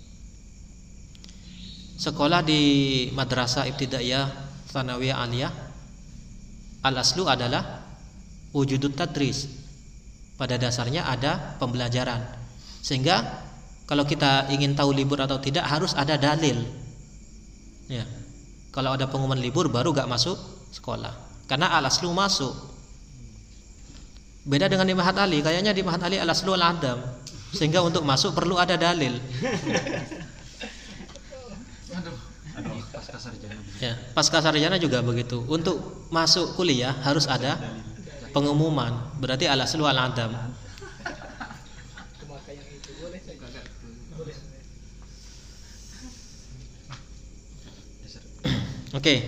[SPEAKER 1] Sekolah di madrasah ibtidaiyah, tsanawiyah, aliyah, al-aslu adalah wujudut tadris. Pada dasarnya ada pembelajaran. Sehingga kalau kita ingin tahu libur atau tidak harus ada dalil. Ya. Kalau ada pengumuman libur baru gak masuk sekolah. Karena al-aslu masuk. Beda dengan di Mahat Ali, kayaknya di Mahat Ali al-aslu al-adam. Sehingga untuk masuk perlu ada dalil. Ya, pasca sarjana juga begitu. Untuk masuk kuliah harus ada pengumuman. Berarti al-aslu al-adam. Oke.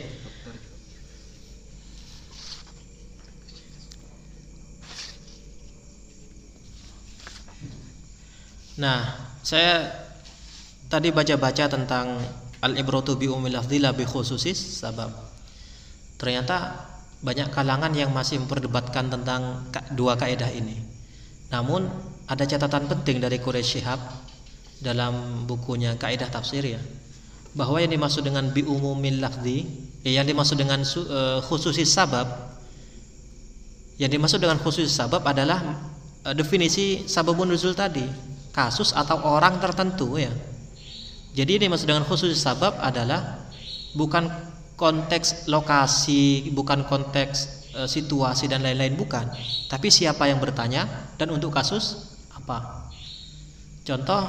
[SPEAKER 1] Nah, saya tadi baca-baca tentang al-ibratu bi umumil lafzi la bi khususis sabab. Ternyata banyak kalangan yang masih memperdebatkan tentang dua kaidah ini. Namun ada catatan penting dari Quraisy Shihab dalam bukunya Kaidah Tafsir ya, bahwa yang dimaksud dengan bi umumil lafzi, yang dimaksud dengan khususis sabab, yang dimaksud dengan khususis sabab adalah definisi sababun nuzul tadi, kasus atau orang tertentu ya. Jadi ini maksud dengan khusus sabab adalah bukan konteks lokasi, bukan konteks situasi dan lain-lain, bukan. Tapi siapa yang bertanya dan untuk kasus apa. Contoh,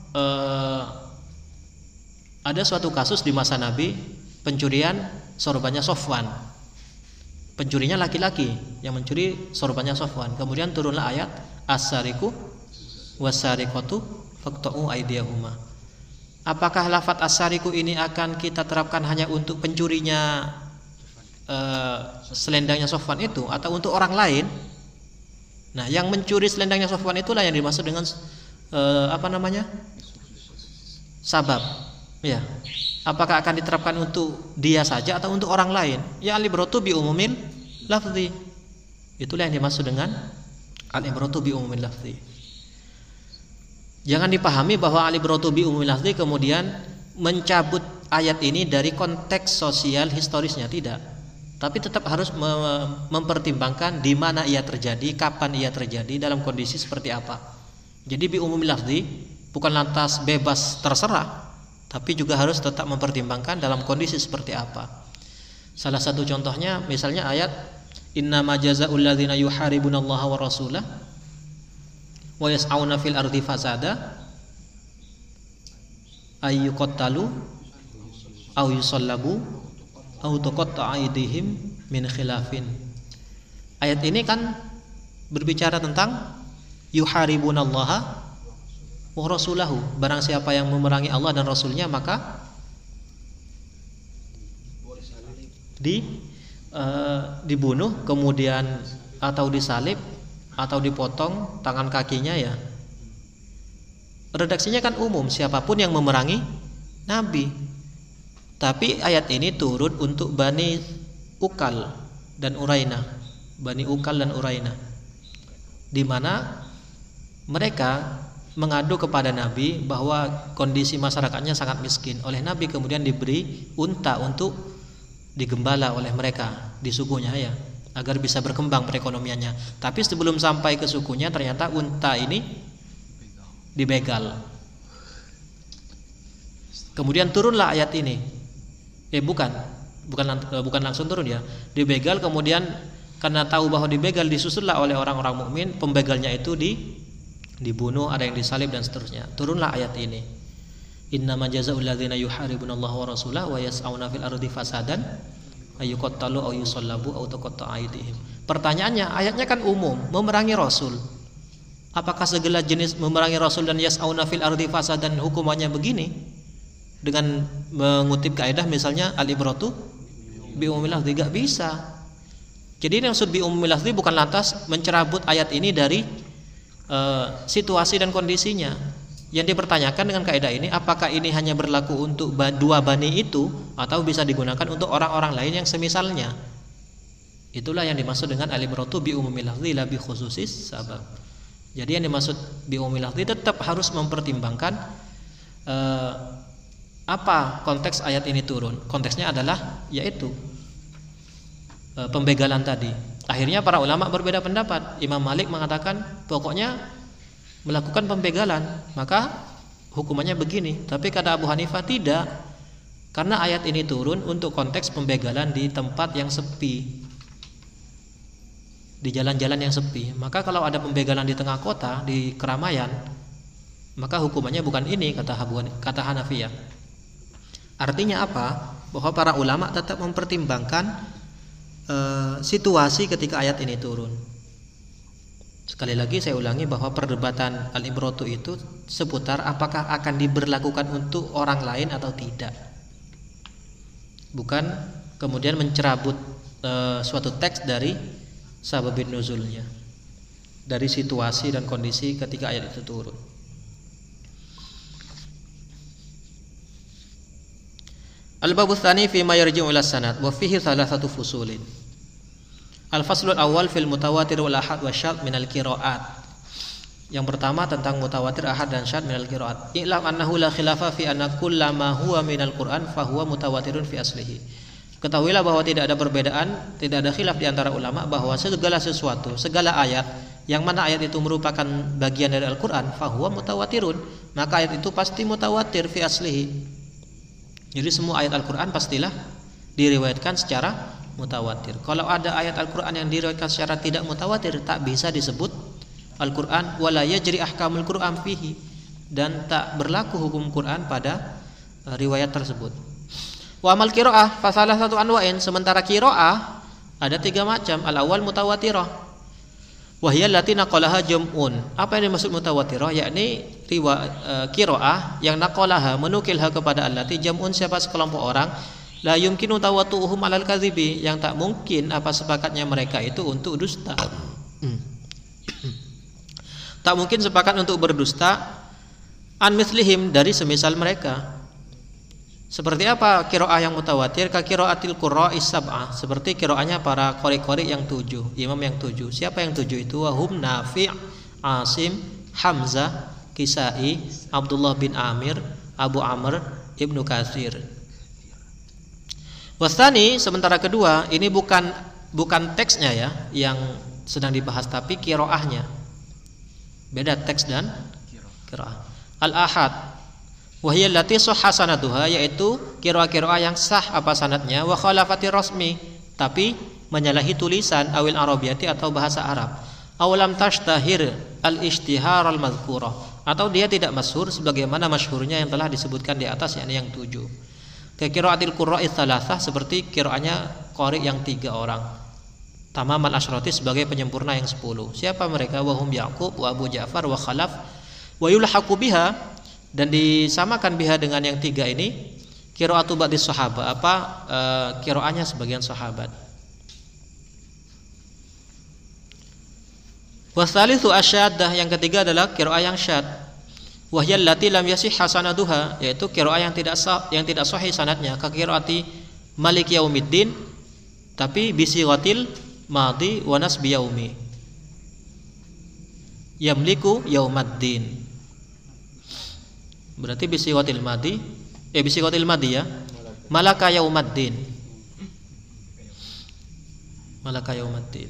[SPEAKER 1] ada suatu kasus di masa Nabi, pencurian sorbannya Sofwan. Pencurinya laki-laki yang mencuri sorbannya Sofwan. Kemudian turunlah ayat as-sariqu was-sariqatu faqta'u aydiyahuma. Apakah lafaz as-sariqu ini akan kita terapkan hanya untuk pencurinya selendangnya Sofwan itu, atau untuk orang lain? Nah, yang mencuri selendangnya Sofwan itulah yang dimaksud dengan sabab. Ya. Apakah akan diterapkan untuk dia saja atau untuk orang lain? Ya al-ibratu bi umumil lafzi. Itulah yang dimaksud dengan al-ibratu bi umumil lafzi. Jangan dipahami bahwa al-ibratu bi umumil lafzi kemudian mencabut ayat ini dari konteks sosial historisnya, tidak. Tapi tetap harus mempertimbangkan di mana ia terjadi, kapan ia terjadi, dalam kondisi seperti apa. Jadi bi umumil lafzi bukan lantas bebas terserah, tapi juga harus tetap mempertimbangkan dalam kondisi seperti apa. Salah satu contohnya misalnya ayat innama jazaa'ul ladzina yuharibunallaha wa rasulah wa yas'auna fil ardi fasada ayyuqattalu aw yusallabu aw tuqatta'a aydihim min khilafin. Ayat ini kan berbicara tentang yuharibunallaha wa rasulahu, barang siapa yang memerangi Allah dan Rasulnya maka dibunuh, kemudian atau disalib atau dipotong tangan kakinya ya. Redaksinya kan umum, siapapun yang memerangi Nabi. Tapi ayat ini turun untuk Bani Ukal dan Urainah, Bani Ukal dan Urainah, di mana mereka mengadu kepada Nabi bahwa kondisi masyarakatnya sangat miskin. Oleh Nabi kemudian diberi unta untuk digembala oleh mereka di sukunya ya, agar bisa berkembang perekonomiannya. Tapi sebelum sampai ke sukunya ternyata unta ini dibegal. Kemudian turunlah ayat ini. Bukan langsung turun ya. Dibegal, kemudian karena tahu bahwa dibegal disusullah oleh orang-orang mukmin, pembegalnya itu dibunuh, ada yang disalib dan seterusnya. Turunlah ayat ini. Innama jazaa'ul ladzina yuharibunallaha wa rasulahu wa yas'auna fil ardi fasadan ayyuqattalu aw yusallabu aw tuqatta'a aydihim. Pertanyaannya, ayatnya kan umum, memerangi Rasul. Apakah segala jenis memerangi Rasul dan yas'auna fil ardi fasadan hukumannya begini? Dengan mengutip kaidah misalnya al-ibratu bi umumil lafzi, tidak bisa. Jadi yang maksud bi umumil lafzi bukan lantas mencerabut ayat ini dari situasi dan kondisinya. Yang dipertanyakan dengan kaidah ini, apakah ini hanya berlaku untuk dua bani itu atau bisa digunakan untuk orang-orang lain yang semisalnya. Itulah yang dimaksud dengan al-ibratu bi umumil lafzi la bi khususis sabab. Jadi yang dimaksud bi umumil lafzi tetap harus mempertimbangkan apa konteks ayat ini turun. Konteksnya adalah yaitu pembegalan tadi. Akhirnya para ulama berbeda pendapat. Imam Malik mengatakan pokoknya melakukan pembegalan maka hukumannya begini. Tapi kata Abu Hanifah tidak, karena ayat ini turun untuk konteks pembegalan di tempat yang sepi, di jalan-jalan yang sepi. Maka kalau ada pembegalan di tengah kota, di keramaian, maka hukumannya bukan ini, kata Hanafiyah. Artinya apa? Bahwa para ulama tetap mempertimbangkan situasi ketika ayat ini turun. Sekali lagi saya ulangi bahwa perdebatan al-ibratu itu seputar apakah akan diberlakukan untuk orang lain atau tidak. Bukan kemudian mencerabut suatu teks dari sababin nuzulnya, dari situasi dan kondisi ketika ayat itu turun. Al-babu tsani fi ma yarji'u ila sanad wa fihi thalathatu fusulin. Al-faslul awal fil mutawatir wal ahad wa syadz min al-qiraat. Yang pertama tentang mutawatir, ahad dan syadz min al-qiraat. I'lam annahu la khilafa fi anna kullama huwa min al-Qur'an fa huwa mutawatirun fi aslihi. Ketahuilah bahwa tidak ada perbedaan, tidak ada khilaf di antara ulama bahwa segala sesuatu, segala ayat yang mana ayat itu merupakan bagian dari Al-Qur'an, fa huwa mutawatirun, maka ayat itu pasti mutawatir fi aslihi. Jadi semua ayat Al-Qur'an pastilah diriwayatkan secara mutawatir. Kalau ada ayat Al-Qur'an yang diriwayatkan secara tidak mutawatir, tak bisa disebut Al-Qur'an, wala yajri ahkamul Qur'an fihi, dan tak berlaku hukum Qur'an pada riwayat tersebut. Wa amal qiraah fa salah satu anwa'in, sementara qiraah ada 3 macam. Al-awwal mutawatirah wa hiya allati naqalaha jam'un. Apa yang dimaksud mutawatirah? Yakni qiraah yang naqalaha, menukilha kepada allati jam'un, siapa sekelompok orang, la yumkinu tawatu'uhum alal kadhibi, yang tak mungkin apa sepakatnya mereka itu untuk dusta. Tak mungkin sepakat untuk berdusta an mithlihim, dari semisal mereka. Seperti apa qiraah yang mutawatir? Ka qiraatil qurra'is sab'ah, seperti qiraahnya para qari-qari yang 7, imam yang 7. Siapa yang 7 itu? Wahum Nafi', Asim, Hamzah, Kisai, Abdullah bin Amir, Abu Amr, Ibnu Katsir. Wasani, sementara kedua, ini bukan teksnya ya yang sedang dibahas, tapi qiraahnya. Beda teks dan qiraah. Al-ahad wahiyal lati sahha sanaduha, yaitu qiraah-qiraah yang sah apa sanadnya, wa khalafati rasmi, tapi menyalahi tulisan, awil arabiyati atau bahasa Arab, awalam tashtahir al-ishtihar al-madhkurah, atau dia tidak masyhur sebagaimana masyhurnya yang telah disebutkan di atas, yakni yang 7. Ka qiraatil qurra'is tsalatsah, seperti qiraahnya qari yang 3 orang. Tamam al-asyrati, sebagai penyempurna yang 10. Siapa mereka? Wahum Yaqub wa Abu Ja'far wa Khalaf wa yulhaqu biha, dan disamakan biha dengan yang 3 ini qiraatu ba'dis sahabat, qiraahnya sebagian sahabat. Wasalitsu asyaddah, yang ketiga adalah qiraah yang syad. Wahyal lati lam yasihha sanaduha, yaitu qiraah yang tidak sahih sanadnya. Ka qiraati Malik Yaumiddin, tapi bisighatil madhi wa nasbi yaumi, yamliku yaumaddin. Berarti bisighatil madhi, bisighatil madhi ya, malaka yaumaddin, malaka yaumaddin.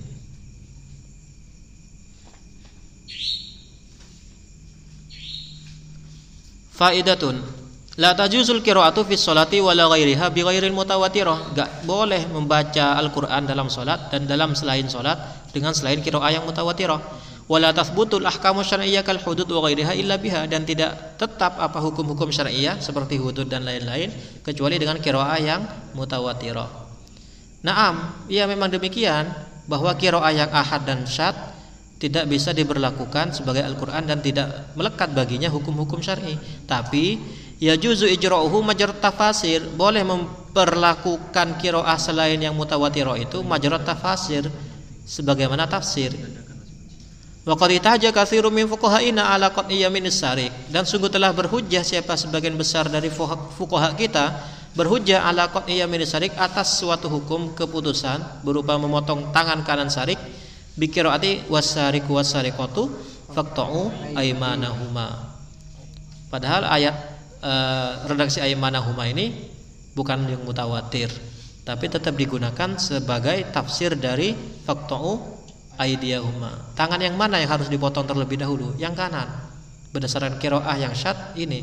[SPEAKER 1] Faidatun, la tajuzul qiraatu fi sholati wala ghairiha bi ghairil mutawatirah. Enggak boleh membaca Al-Qur'an dalam salat dan dalam selain salat dengan selain qiraah yang mutawatirah. Wala tathbutul ahkamu syar'iyyah kal hudud wa ghairiha illa biha, dan tidak tetap apa hukum-hukum syar'iyyah seperti hudud dan lain-lain kecuali dengan qiraah yang mutawatirah. Naam, ya memang demikian, bahwa qiraah yang ahad dan syadz tidak bisa diberlakukan sebagai Al-Qur'an dan tidak melekat baginya hukum-hukum syar'i. Tapi ya juzu ijra'uhu majrat tafasir, boleh memperlakukan qiraah selain yang mutawatirah itu majrat tafasir, sebagaimana tafsir. Wa qad ihtaja katsirun min fuqaha'ina ala qat'i yaminis sarik, dan sungguh telah berhujjah siapa sebagian besar dari fuqaha kita berhujjah ala qat'i yaminis sarik, atas suatu hukum keputusan berupa memotong tangan kanan sarik, biqiraati wasariqu wasariqatu faqta'u aymanahuma. Padahal ayat redaksi aymanahuma ini bukan yang mutawatir, tapi tetap digunakan sebagai tafsir dari faqta'u aydiyahuma. Tangan yang mana yang harus dipotong terlebih dahulu? Yang kanan, berdasarkan qiraah yang syadz ini.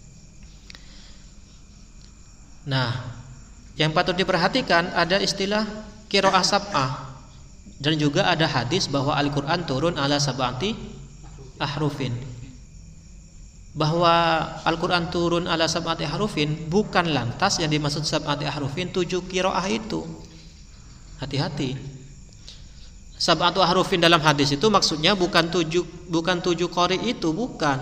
[SPEAKER 1] Nah, yang patut diperhatikan ada istilah qiraah sab'ah, dan juga ada hadis bahwa Al-Qur'an turun ala sab'ati ahrufin. Bahwa Al-Qur'an turun ala sab'ati ahrufin bukan lantas yang dimaksud sab'ati ahrufin 7 qiraah itu. Hati-hati. Sab'atu ahrufin dalam hadis itu maksudnya bukan 7 qari itu, bukan.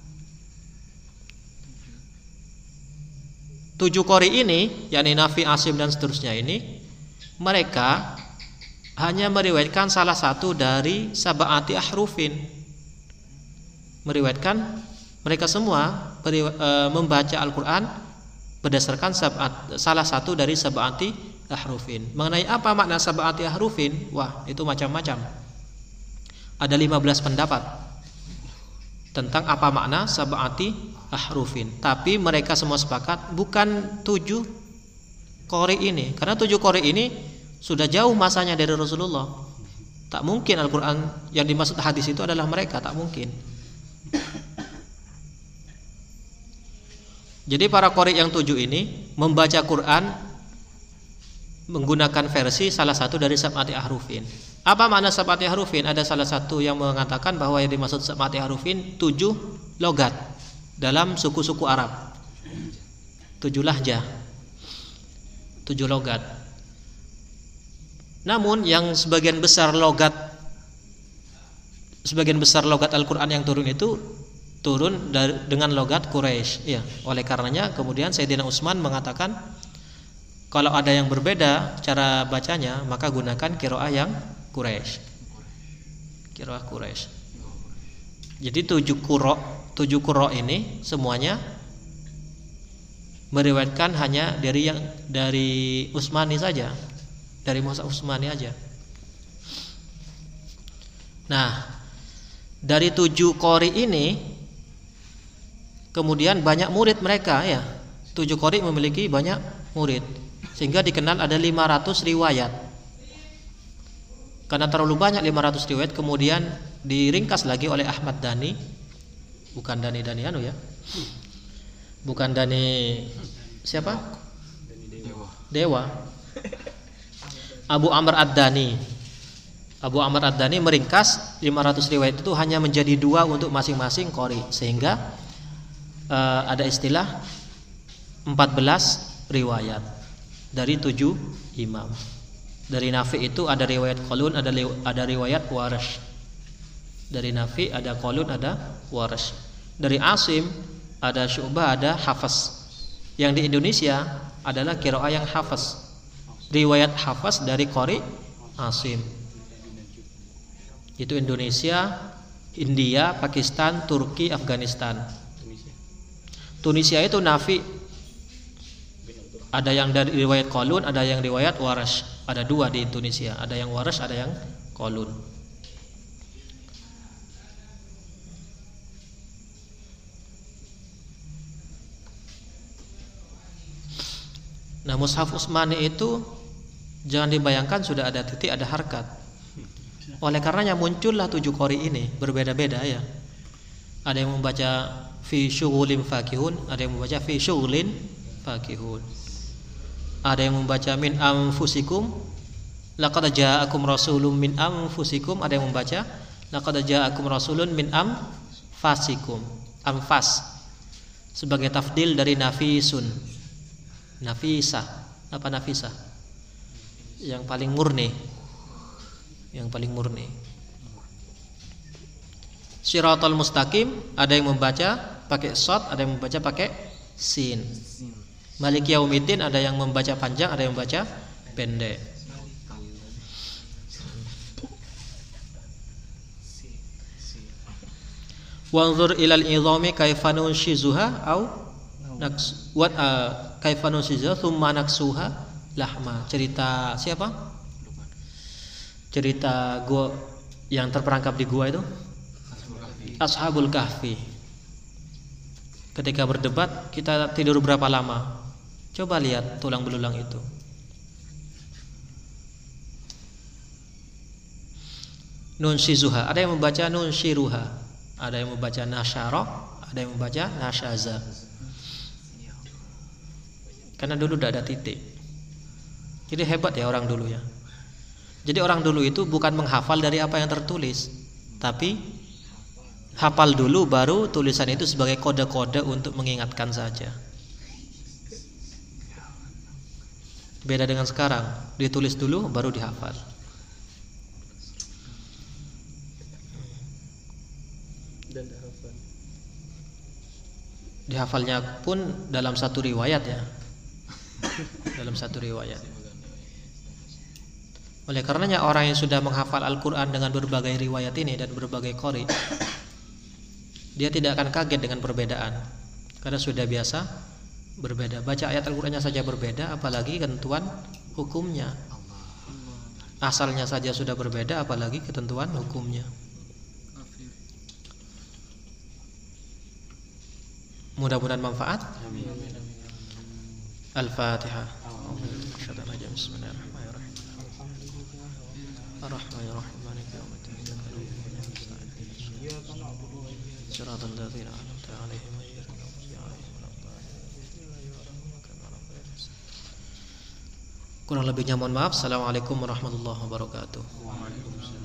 [SPEAKER 1] 7 qari ini, yakni Nafi, Asim dan seterusnya ini, mereka hanya meriwayatkan salah satu dari sab'ati ahrufin. Meriwayatkan, mereka semua membaca Al-Qur'an berdasarkan salah satu dari sab'ati ahrufin. Mengenai apa makna sab'ati ahrufin? Wah, itu macam-macam. Ada 15 pendapat tentang apa makna sab'ati ahrufin. Tapi mereka semua sepakat bukan 7 qari ini, karena 7 qari ini sudah jauh masanya dari Rasulullah. Tak mungkin Al-Qur'an yang dimaksud hadis itu adalah mereka, tak mungkin. Jadi para qari yang 7 ini membaca Quran menggunakan versi salah satu dari sab'ati ahrufin. Apa makna sab'ati ahrufin? Ada salah satu yang mengatakan bahwa yang dimaksud sab'ati ahrufin 7 logat dalam suku-suku Arab, 7 lahjah, 7 logat. Namun yang sebagian besar logat Al-Qur'an yang turun itu turun dengan logat Quraisy. Ya, oleh karenanya kemudian Sayyidina Utsman mengatakan kalau ada yang berbeda cara bacanya maka gunakan qiraah yang Quraisy. Qiraah Quraisy. Jadi 7 qura ini semuanya meriwayatkan hanya dari Utsmani saja, dari Mushaf Utsmani aja. Nah, dari 7 qori ini kemudian banyak murid mereka ya. 7 qori memiliki banyak murid sehingga dikenal ada 500 riwayat. Karena terlalu banyak 500 riwayat, kemudian diringkas lagi oleh Ahmad Dhani, bukan Dhani anu ya. Bukan Dhani siapa? Dewa. Abu Amr Ad-Dhani. Abu Amr Ad-Dhani meringkas 500 riwayat itu hanya menjadi 2 untuk masing-masing qori, sehingga ada istilah 14 riwayat dari 7 imam. Dari Nafi itu ada riwayat Qalun, ada riwayat Warsh. Dari Nafi ada Qalun, ada Warsh. Dari Asim ada Syu'bah, ada Hafs. Yang di Indonesia adalah qiraah yang Hafs. Riwayat Hafs dari qori Asim. Itu Indonesia, India, Pakistan, Turki, Afghanistan. Tunisia itu Nafi. Ada yang dari riwayat Qalun, ada yang riwayat Warsh. Ada 2 di Tunisia, ada yang Warsh, ada yang Qalun. Nah, Mushaf Utsmani itu jangan dibayangkan sudah ada titik, ada harkat. Oleh karenanya muncullah 7 qori ini, berbeda-beda ya. Ada yang membaca fi syughulin fakihun, ada yang membaca fi syughlin fakihun. Ada yang membaca min anfusikum, laqad ja'akum rasulun min anfusikum. Ada yang membaca laqad ja'akum rasulun min anfasikum. Anfas sebagai tafdil dari nafisun. Nafisah. Apa nafisah? Yang paling murni. Yang paling murni. Shiratal mustaqim, ada yang membaca pakai shad, ada yang membaca pakai sin. Maliki yaumiddin, ada yang membaca panjang, ada yang membaca pendek. Wanzur ilal idhami kaifa nunshizuha au kaifa nunshizuha thumma naksuha lahma. Cerita siapa? Cerita gua yang terperangkap di gua itu Ashabul Kahfi. Ketika berdebat, kita tidur berapa lama? Coba lihat tulang belulang itu. Nunshizuha, ada yang membaca nunshiruha, ada yang membaca nasyara, ada yang membaca nasyaza. Karena dulu tidak ada titik. Jadi hebat ya orang dulu ya. Jadi orang dulu itu bukan menghafal dari apa yang tertulis, tapi hafal dulu, baru tulisan itu sebagai kode-kode untuk mengingatkan saja. Beda dengan sekarang, ditulis dulu baru dihafal. Dan dihafalnya pun dalam satu riwayat ya. Dalam satu riwayat. Oleh karenanya orang yang sudah menghafal Al-Quran dengan berbagai riwayat ini dan berbagai qori, dia tidak akan kaget dengan perbedaan, karena sudah biasa berbeda. Baca ayat Al-Qur'annya saja berbeda, apalagi ketentuan hukumnya. Asalnya saja sudah berbeda, apalagi ketentuan hukumnya. Mudah-mudahan manfaat. Al-Fatihah. Bismillahirrahmanirrahim. Ar-Rahmanir-Rahim. Maliki yaumiddin. Shiratal ladzina an'amta 'alaihim ghairil maghdubi 'alaihim waladdallin. Kurang lebihnya mohon maaf. Assalamualaikum warahmatullahi wabarakatuh.